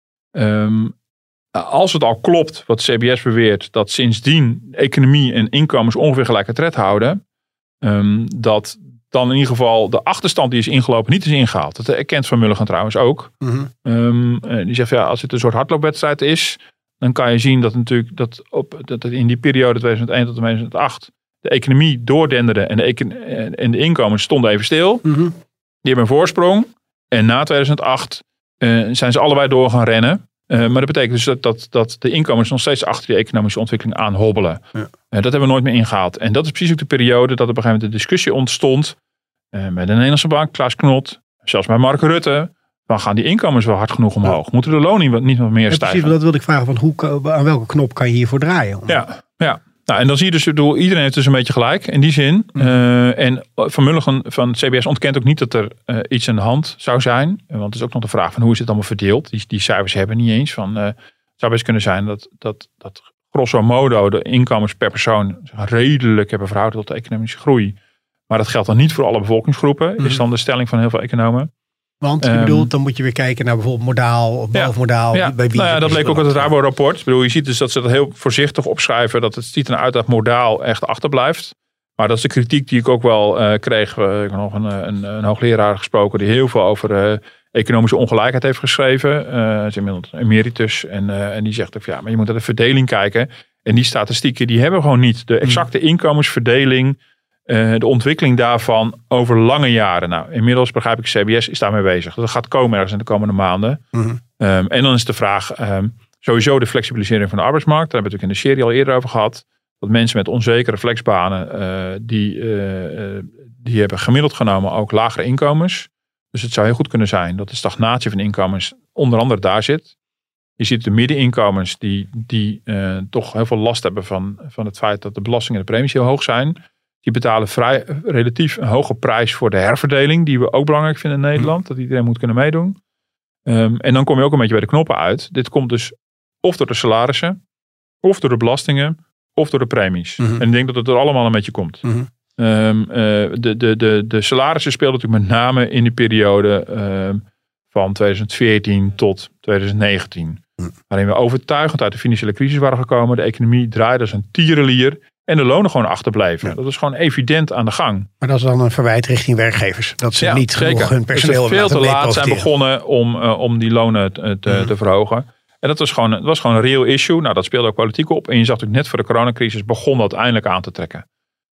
um, als het al klopt wat C B S beweert, dat sindsdien economie en inkomens ongeveer gelijke tred houden, um, dat dan in ieder geval de achterstand die is ingelopen niet is ingehaald. Dat erkent Van Mulligen trouwens ook. Mm-hmm. Um, die zegt ja, als het een soort hardloopwedstrijd is, dan kan je zien dat natuurlijk dat, op, dat in die periode tweeduizend één tot tweeduizend acht de economie doordenderde en de, econ- en de inkomens stonden even stil. Mm-hmm. Die hebben een voorsprong. En na tweeduizend acht uh, zijn ze allebei door gaan rennen. Uh, maar dat betekent dus dat, dat, dat de inkomens nog steeds achter die economische ontwikkeling aan hobbelen. Ja. Uh, dat hebben we nooit meer ingehaald. En dat is precies ook de periode dat op een gegeven moment de discussie ontstond. Uh, met de Nederlandse Bank, Klaas Knot, zelfs bij Mark Rutte. Dan gaan die inkomens wel hard genoeg omhoog. Ja. Moeten de lonen niet nog meer ja, stijgen? Precies, dat wilde ik vragen. Van hoe, aan welke knop kan je hiervoor draaien? Ja, ja. Nou, en dan zie je dus, bedoel, iedereen heeft dus een beetje gelijk in die zin. Mm. Uh, en Van Mulligen van C B S ontkent ook niet dat er uh, iets aan de hand zou zijn. Want het is ook nog de vraag van hoe is het allemaal verdeeld. Die, die cijfers hebben niet eens. Van, uh, het zou best kunnen zijn dat, dat, dat grosso modo de inkomens per persoon redelijk hebben verhouden tot de economische groei. Maar dat geldt dan niet voor alle bevolkingsgroepen. Mm. Is dan de stelling van heel veel economen. Want je um, bedoelt, dan moet je weer kijken naar bijvoorbeeld modaal of ja, bovenmodaal. Ja. Bij wie nou ja, dat bleek ook uit het Rabo-rapport. Ik bedoel, je ziet dus dat ze dat heel voorzichtig opschrijven. Dat het ziet eruit dat modaal echt achterblijft. Maar dat is de kritiek die ik ook wel uh, kreeg. Uh, ik heb nog een, een, een hoogleraar gesproken die heel veel over uh, economische ongelijkheid heeft geschreven. Uh, is inmiddels emeritus. En, uh, en die zegt ook, ja, maar je moet naar de verdeling kijken. En die statistieken, die hebben gewoon niet de exacte inkomensverdeling. Uh, de ontwikkeling daarvan over lange jaren. Nou, inmiddels begrijp ik, C B S is daarmee bezig. Dat gaat komen ergens in de komende maanden. Mm-hmm. Um, en dan is de vraag, um, sowieso de flexibilisering van de arbeidsmarkt. Daar hebben we het natuurlijk in de serie al eerder over gehad. Dat mensen met onzekere flexbanen, uh, die, uh, uh, die hebben gemiddeld genomen ook lagere inkomens. Dus het zou heel goed kunnen zijn dat de stagnatie van inkomens onder andere daar zit. Je ziet de middeninkomens die, die uh, toch heel veel last hebben van, van het feit dat de belastingen en de premies heel hoog zijn. Die betalen vrij relatief een hoge prijs voor de herverdeling. Die we ook belangrijk vinden in Nederland. Dat iedereen moet kunnen meedoen. Um, en dan kom je ook een beetje bij de knoppen uit. Dit komt dus of door de salarissen. Of door de belastingen. Of door de premies. Mm-hmm. En ik denk dat het er allemaal een beetje komt. Mm-hmm. Um, uh, de, de, de, de salarissen speelden natuurlijk met name in de periode um, van tweeduizend veertien tot tweeduizend negentien. Mm. Waarin we overtuigend uit de financiële crisis waren gekomen. De economie draaide als een tierenlier. En de lonen gewoon achterblijven. Ja. Dat is gewoon evident aan de gang. Maar dat is dan een verwijt richting werkgevers. Dat ze ja, niet zeker. genoeg hun personeel dus veel te laat zijn begonnen om, uh, om die lonen te, te, mm. te verhogen. En dat was, gewoon, dat was gewoon een real issue. Nou, dat speelde ook politiek op. En je zag natuurlijk net voor de coronacrisis begon dat eindelijk aan te trekken.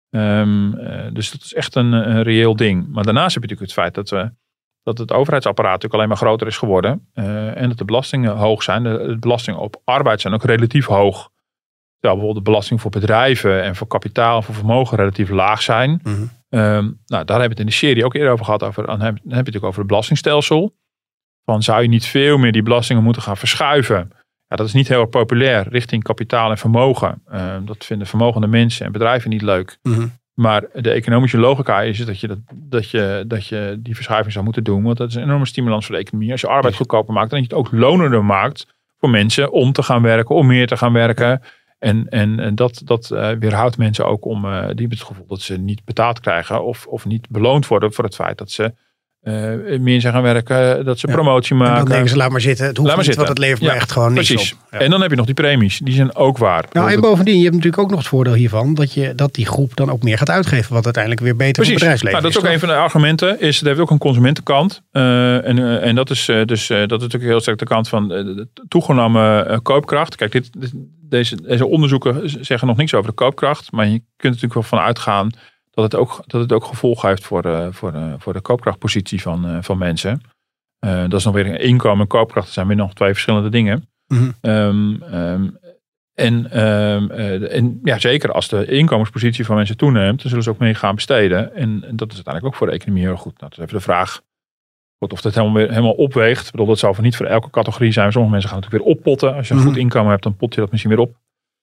Um, uh, dus dat is echt een, een reëel ding. Maar daarnaast heb je natuurlijk het feit dat, we, dat het overheidsapparaat natuurlijk alleen maar groter is geworden. Uh, en dat de belastingen hoog zijn. De, de belastingen op arbeid zijn ook relatief hoog. Terwijl bijvoorbeeld de belasting voor bedrijven en voor kapitaal en voor vermogen relatief laag zijn. Mm-hmm. Um, nou, daar hebben we het in de serie ook eerder over gehad. Over, dan, heb, dan heb je het natuurlijk over het belastingstelsel. Van zou je niet veel meer die belastingen moeten gaan verschuiven? Ja, dat is niet heel erg populair richting kapitaal en vermogen. Um, dat vinden vermogende mensen en bedrijven niet leuk. Mm-hmm. Maar de economische logica is dat je, dat, dat, je, dat je die verschuiving zou moeten doen. Want dat is een enorme stimulans voor de economie. Als je arbeid goedkoper maakt, dan dat je het ook lonender maakt voor mensen om te gaan werken, om meer te gaan werken. En, en, en dat, dat uh, weerhoudt mensen ook om, uh, die hebben het gevoel dat ze niet betaald krijgen of, of niet beloond worden voor het feit dat ze uh, meer zijn gaan werken, dat ze ja. promotie maken. En dan denken ze, laat maar zitten, het hoeft laat maar niet, zitten. want het levert ja, me echt gewoon niks precies. op. Ja. En dan heb je nog die premies, die zijn ook waar. Nou, en bovendien, je hebt natuurlijk ook nog het voordeel hiervan, dat, je, dat die groep dan ook meer gaat uitgeven, wat uiteindelijk weer beter precies. voor het bedrijfsleven nou, dat is. ook toch? een van de argumenten, is het heeft ook een consumentenkant. Uh, en, uh, en dat is uh, dus uh, dat is natuurlijk heel sterk de kant van uh, de toegenomen uh, koopkracht. Kijk, dit, dit Deze, deze onderzoeken zeggen nog niks over de koopkracht. Maar je kunt er natuurlijk wel van uitgaan dat het ook, dat het ook gevolgen heeft voor de, voor de, voor de koopkrachtpositie van, uh, van mensen. Uh, dat is nog weer een inkomen en koopkracht. Dat zijn weer nog twee verschillende dingen. Mm-hmm. Um, um, En, uh, en ja, zeker als de inkomenspositie van mensen toeneemt, dan zullen ze ook meer gaan besteden. En, en dat is uiteindelijk ook voor de economie heel goed. Nou, dat is even de vraag of dat helemaal, weer, helemaal opweegt. Ik bedoel, dat zal niet voor elke categorie zijn. Sommige mensen gaan natuurlijk weer oppotten. Als je een mm-hmm. goed inkomen hebt, dan pot je dat misschien weer op.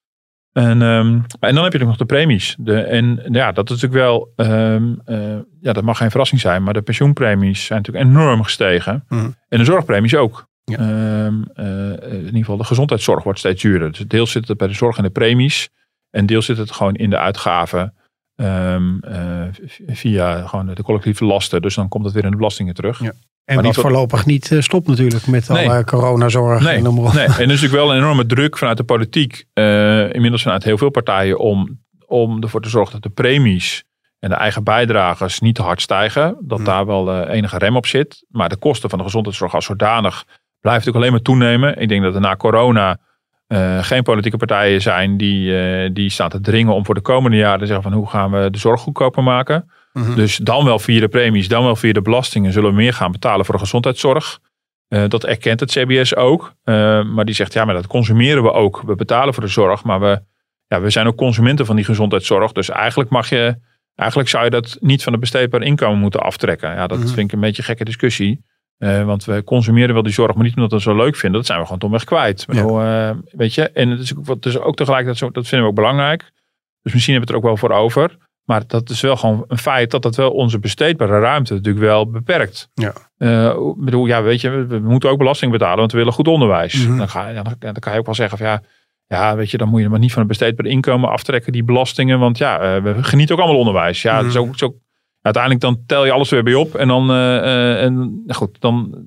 En, um, en dan heb je nog de premies. De, en ja, dat is natuurlijk wel, um, uh, ja, dat mag geen verrassing zijn, maar de pensioenpremies zijn natuurlijk enorm gestegen. Mm. En de zorgpremies ook. Ja. Um, uh, in ieder geval de gezondheidszorg wordt steeds duurder. Dus deels zit het bij de zorg en de premies. En deels zit het gewoon in de uitgaven um, uh, via gewoon de collectieve lasten. Dus dan komt het weer in de belastingen terug. Ja. En maar wat niet voorlopig niet uh, stopt natuurlijk met nee. alle coronazorg. Nee. En, nee. en er is natuurlijk wel een enorme druk vanuit de politiek. Uh, inmiddels vanuit heel veel partijen om, om ervoor te zorgen dat de premies en de eigen bijdragers niet te hard stijgen. Dat hmm. daar wel uh, enige rem op zit. Maar de kosten van de gezondheidszorg als zodanig blijft natuurlijk alleen maar toenemen. Ik denk dat er na corona uh, geen politieke partijen zijn die, uh, die staan te dringen om voor de komende jaren te zeggen van hoe gaan we de zorg goedkoper maken. Mm-hmm. Dus dan wel via de premies, dan wel via de belastingen zullen we meer gaan betalen voor de gezondheidszorg. Uh, dat erkent het C B S ook. Uh, maar die zegt ja, maar dat consumeren we ook. We betalen voor de zorg, maar we, ja, we zijn ook consumenten van die gezondheidszorg. Dus eigenlijk mag je, eigenlijk zou je dat niet van het besteedbaar inkomen moeten aftrekken. Ja, dat mm-hmm. vind ik een beetje een gekke discussie. Uh, want we consumeren wel die zorg, maar niet omdat we het zo leuk vinden. Dat zijn we gewoon domweg kwijt. Ja. Bedoel, uh, weet je? En het is ook, het is ook tegelijkertijd zo, dat vinden we ook belangrijk. Dus misschien hebben we het er ook wel voor over. Maar dat is wel gewoon een feit dat dat wel onze besteedbare ruimte natuurlijk wel beperkt. Ja. Uh, bedoel, ja, weet je, we, we moeten ook belasting betalen, want we willen goed onderwijs. Mm-hmm. Dan, ga, ja, dan, dan kan je ook wel zeggen van ja, ja, weet je, dan moet je maar niet van het besteedbare inkomen aftrekken, die belastingen. Want ja, uh, we genieten ook allemaal onderwijs. Ja, mm-hmm. dat is ook zo. Uiteindelijk dan tel je alles weer bij op. En dan, uh, uh, en, goed, dan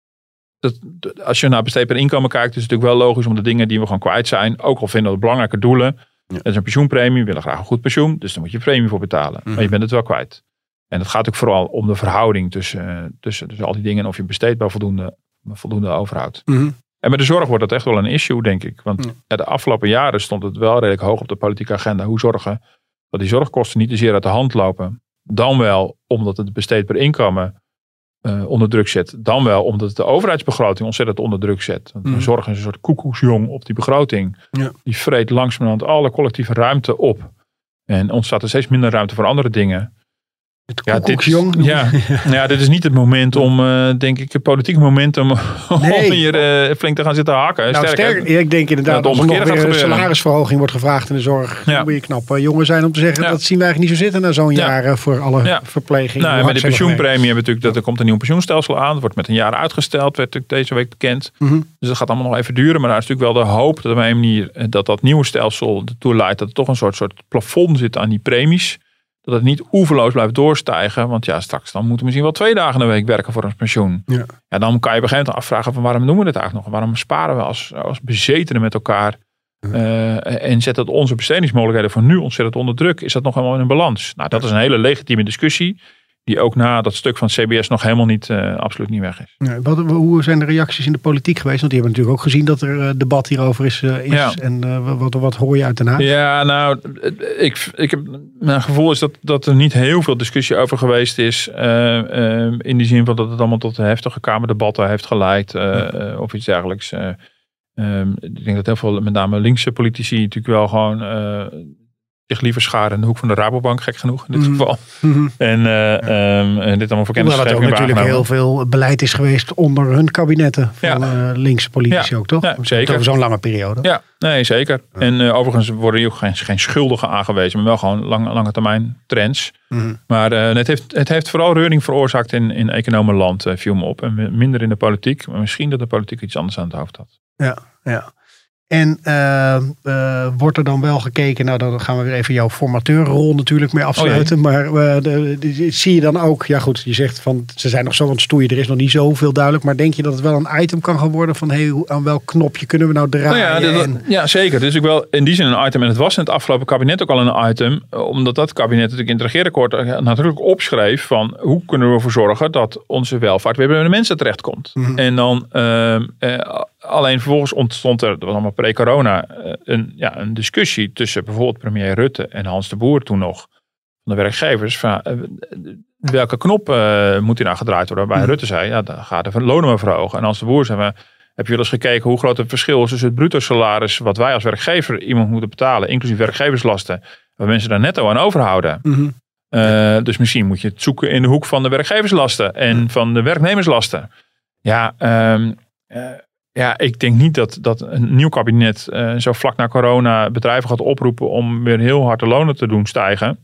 dat, als je naar besteedbaar inkomen kijkt, is het natuurlijk wel logisch om de dingen die we gewoon kwijt zijn, ook al vinden we belangrijke doelen. Ja. Dat is een pensioenpremie, we willen graag een goed pensioen, dus dan moet je premie voor betalen. Mm-hmm. Maar je bent het wel kwijt. En het gaat ook vooral om de verhouding tussen, tussen, tussen al die dingen en of je besteedbaar voldoende, voldoende overhoudt. Mm-hmm. En met de zorg wordt dat echt wel een issue, denk ik. Want mm. ja, de afgelopen jaren stond het wel redelijk hoog op de politieke agenda. Hoe zorgen dat die zorgkosten niet te zeer uit de hand lopen. Dan wel omdat het besteedbaar inkomen uh, onder druk zet. Dan wel omdat het de overheidsbegroting ontzettend onder druk zet. Want mm. zorg is een soort koekoesjong op die begroting. Ja. Die vreet langzamerhand alle collectieve ruimte op. En ontstaat er steeds minder ruimte voor andere dingen. Het ja, dit, ja, ja, dit is niet het moment om, uh, denk ik, het politieke momentum om nee. hier uh, flink te gaan zitten hakken. Nou, sterker, sterker, ik denk inderdaad dat als er nog weer een salarisverhoging wordt gevraagd in de zorg, ja. dan moet je knap uh, jongen zijn om te zeggen, ja. dat zien we eigenlijk niet zo zitten na zo'n ja. jaar uh, voor alle ja. verpleging. Nou, met de pensioenpremie hebben we natuurlijk, dat er komt een nieuw pensioenstelsel aan. Het wordt met een jaar uitgesteld, werd natuurlijk deze week bekend. Mm-hmm. Dus dat gaat allemaal nog even duren. Maar daar is natuurlijk wel de hoop dat op een manier dat dat nieuwe stelsel ertoe leidt dat er toch een soort, soort plafond zit aan die premies. Dat het niet oeverloos blijft doorstijgen. Want ja, straks dan moeten we misschien wel twee dagen in de week werken voor ons pensioen. Ja. Ja, dan kan je op een gegeven moment afvragen van waarom doen we dit eigenlijk nog? Waarom sparen we als, als bezetenen met elkaar? Ja. Uh, en zet dat onze bestedingsmogelijkheden voor nu ontzettend onder druk? Is dat nog helemaal in een balans? Nou, dat is een hele legitieme discussie. Die ook na dat stuk van het C B S nog helemaal niet, uh, absoluut niet weg is. Ja, wat, hoe zijn de reacties in de politiek geweest? Want die hebben natuurlijk ook gezien dat er uh, debat hierover is. Uh, is. Ja. En uh, wat, wat hoor je uit Den Haag? Ja, nou, ik, ik heb, mijn gevoel is dat, dat er niet heel veel discussie over geweest is. Uh, uh, in die zin van dat het allemaal tot heftige kamerdebatten heeft geleid. Uh, ja. uh, of iets dergelijks. Uh, um, ik denk dat heel veel, met name linkse politici, natuurlijk wel gewoon Uh, zich liever scharen in de hoek van de Rabobank, gek genoeg in dit mm. geval. Mm-hmm. En, uh, um, en dit allemaal voor kennis. Hoewel er ook natuurlijk heel veel beleid is geweest onder hun kabinetten van ja. uh, linkse politici ja. ook, toch? Ja, zeker. Over zo'n lange periode. Ja, nee, zeker. Ja. En uh, overigens worden hier ook geen, geen schuldigen aangewezen, maar wel gewoon lang, lange termijn trends. Mm-hmm. Maar uh, het, heeft, het heeft vooral reuring veroorzaakt in, in economenland, uh, viel me op. En minder in de politiek, maar misschien dat de politiek iets anders aan het hoofd had. Ja, ja. En uh, uh, wordt er dan wel gekeken, nou dan gaan we weer even jouw formateurrol natuurlijk mee afsluiten. Oh, maar uh, de, de, zie je dan ook, ja goed, je zegt van ze zijn nog zo aan het stoeien, er is nog niet zoveel duidelijk. Maar denk je dat het wel een item kan gaan worden van hey, aan welk knopje kunnen we nou draaien? Nou ja, dat, en... ja, zeker. Het is ook wel in die zin een item. En het was in het afgelopen kabinet ook al een item. Omdat dat kabinet natuurlijk in het regeerakkoord natuurlijk opschreef van hoe kunnen we ervoor zorgen dat onze welvaart weer bij de mensen terechtkomt. Mm-hmm. En dan uh, uh, alleen vervolgens ontstond er, dat was allemaal pre-corona, een, ja, een discussie tussen bijvoorbeeld premier Rutte en Hans de Boer toen nog, van de werkgevers. Van, uh, welke knop uh, moet hier nou gedraaid worden? Waarbij mm. Rutte zei, ja, dan gaat de lonen maar verhogen. En Hans de Boer zei, Heb je wel eens gekeken hoe groot het verschil is tussen het bruto salaris wat wij als werkgever iemand moeten betalen, inclusief werkgeverslasten, waar mensen daar netto aan overhouden. Mm-hmm. Uh, dus misschien moet je het zoeken in de hoek van de werkgeverslasten en mm. van de werknemerslasten. Ja, um, uh, ja, ik denk niet dat, dat een nieuw kabinet uh, zo vlak na corona bedrijven gaat oproepen om weer heel hard de lonen te doen stijgen.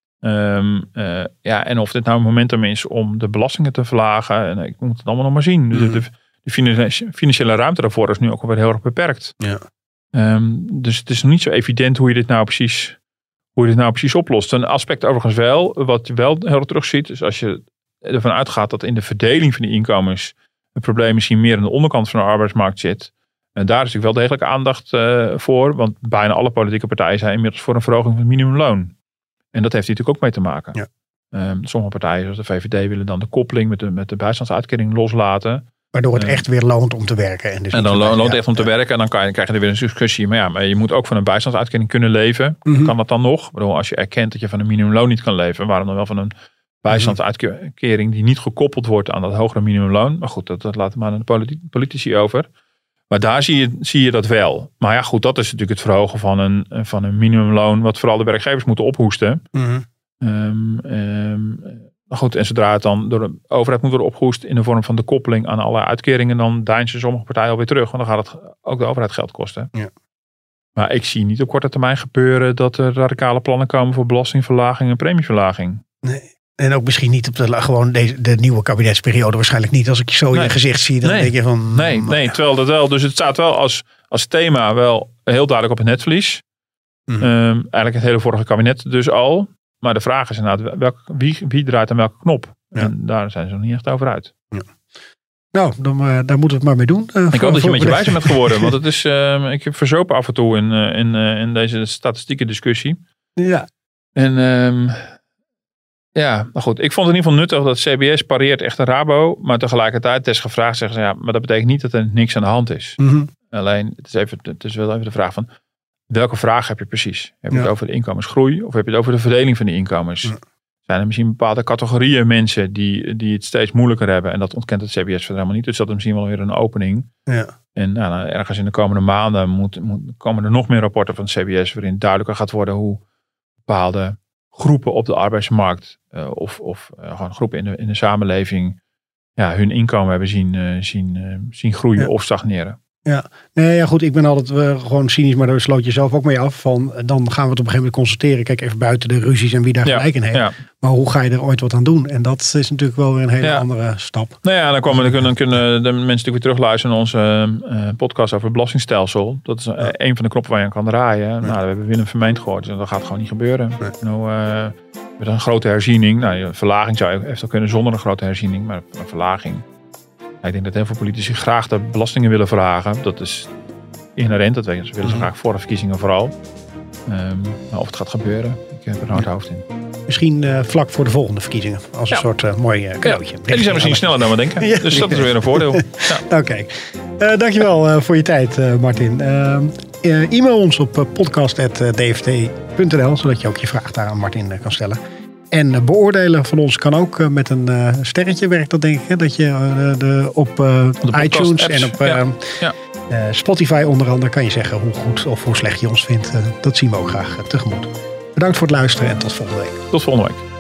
Um, uh, ja, en of dit nou een momentum is om de belastingen te verlagen, en ik moet het allemaal nog maar zien. Mm. De, de, de financiële ruimte daarvoor is nu ook alweer heel erg beperkt. Ja. Um, dus het is nog niet zo evident hoe je dit nou precies, hoe je dit nou precies oplost. Een aspect overigens wel, wat je wel heel erg terug ziet, is als je ervan uitgaat dat in de verdeling van die inkomens het probleem misschien meer aan de onderkant van de arbeidsmarkt zit. En daar is natuurlijk wel degelijk aandacht uh, voor, want bijna alle politieke partijen zijn inmiddels voor een verhoging van het minimumloon. En dat heeft hier natuurlijk ook mee te maken. Ja. Um, sommige partijen, zoals de V V D, willen dan de koppeling met de, met de bijstandsuitkering loslaten. Waardoor het uh, echt weer loont om te werken. En, dus en dan loont het ja, echt om te ja. werken. En dan kan je, krijg je er weer een discussie. Maar ja, maar je moet ook van een bijstandsuitkering kunnen leven. Mm-hmm. Kan dat dan nog? Ik bedoel, als je erkent dat je van een minimumloon niet kan leven, waarom dan wel van een bijstandsuitkering die niet gekoppeld wordt aan dat hogere minimumloon? Maar goed, dat, dat laten we maar aan de politi- politici over. Maar daar zie je, zie je dat wel. Maar ja, goed, dat is natuurlijk het verhogen van een, van een minimumloon, wat vooral de werkgevers moeten ophoesten. Mm-hmm. Um, um, goed, en zodra het dan door de overheid moet worden opgehoest in de vorm van de koppeling aan alle uitkeringen, dan deinzen sommige partijen alweer terug. Want dan gaat het ook de overheid geld kosten. Ja. Maar ik zie niet op korte termijn gebeuren dat er radicale plannen komen voor belastingverlaging en premieverlaging. Nee. En ook misschien niet op de, gewoon deze, de nieuwe kabinetsperiode. Waarschijnlijk niet. Als ik je zo in nee. je gezicht zie, dan nee. denk je van... Nee, nee, terwijl dat wel. Dus het staat wel als, als thema wel heel duidelijk op het netvlies. Mm-hmm. Um, eigenlijk het hele vorige kabinet dus al. Maar de vraag is inderdaad, welk, wie, wie draait aan welke knop? Ja. En daar zijn ze nog niet echt over uit. Ja. Nou, dan, uh, daar moeten we het maar mee doen. Uh, ik hoop dat je een beetje wijzer bent geworden. Want het is, uh, ik heb verzopen af en toe in, uh, in, uh, in deze statistieke discussie. Ja. En um, ja, maar goed. Ik vond het in ieder geval nuttig dat C B S pareert echt een Rabo. Maar tegelijkertijd is gevraagd zeggen ze, ja, maar dat betekent niet dat er niks aan de hand is. Mm-hmm. Alleen, het is, even, het is wel even de vraag van, welke vraag heb je precies? Heb je ja. het over de inkomensgroei of heb je het over de verdeling van die inkomens? Ja. Zijn er misschien bepaalde categorieën mensen die, die het steeds moeilijker hebben en dat ontkent het C B S verder helemaal niet. Dus dat is misschien wel weer een opening. Ja. En nou, ergens in de komende maanden moet, moet, komen er nog meer rapporten van het C B S waarin duidelijker gaat worden hoe bepaalde groepen op de arbeidsmarkt uh, of, of uh, gewoon groepen in de, in de samenleving ja, hun inkomen hebben zien, uh, zien, uh, zien groeien ja. of stagneren. Ja, nee, ja goed, ik ben altijd uh, gewoon cynisch, maar daar sloot je zelf ook mee af. Van, dan gaan we het op een gegeven moment concentreren. Kijk, even buiten de ruzies en wie daar ja, gelijk in heeft. Ja. Maar hoe ga je er ooit wat aan doen? En dat is natuurlijk wel weer een hele ja. andere stap. Nou ja, dan, komen, dan, kunnen, dan kunnen de mensen natuurlijk weer terugluisteren naar onze uh, podcast over het belastingstelsel. Dat is uh, ja. een van de knoppen waar je aan kan draaien. Ja. Nou, we hebben Willem Vermeend gehoord. Dus dat gaat gewoon niet gebeuren. Nee. Nou, uh, met een grote herziening. Nou, een verlaging zou eventueel kunnen zonder een grote herziening. Maar een verlaging. Ik denk dat heel veel politici graag de belastingen willen verlagen. Dat is inherent, dat weten ze. willen ze graag voor de verkiezingen vooral. Um, maar of het gaat gebeuren, ik heb er een hard hoofd in. Misschien uh, vlak voor de volgende verkiezingen. Als een ja. soort uh, mooi uh, cadeautje. Ja. En die zijn misschien sneller dan we denken. Ja. Dus dat is weer een voordeel. Ja. Oké. Okay. Uh, dankjewel uh, voor je tijd, uh, Martin. Uh, uh, e-mail ons op uh, podcast punt d f t punt n l. Zodat je ook je vraag daar aan Martin uh, kan stellen. En beoordelen van ons kan ook met een uh, sterretje, werkt dat denk ik. Hè? Dat je uh, de, op uh, iTunes en op uh, ja. Ja. Uh, Spotify onder andere kan je zeggen hoe goed of hoe slecht je ons vindt. Uh, dat zien we ook graag uh, tegemoet. Bedankt voor het luisteren en tot volgende week. Tot volgende week.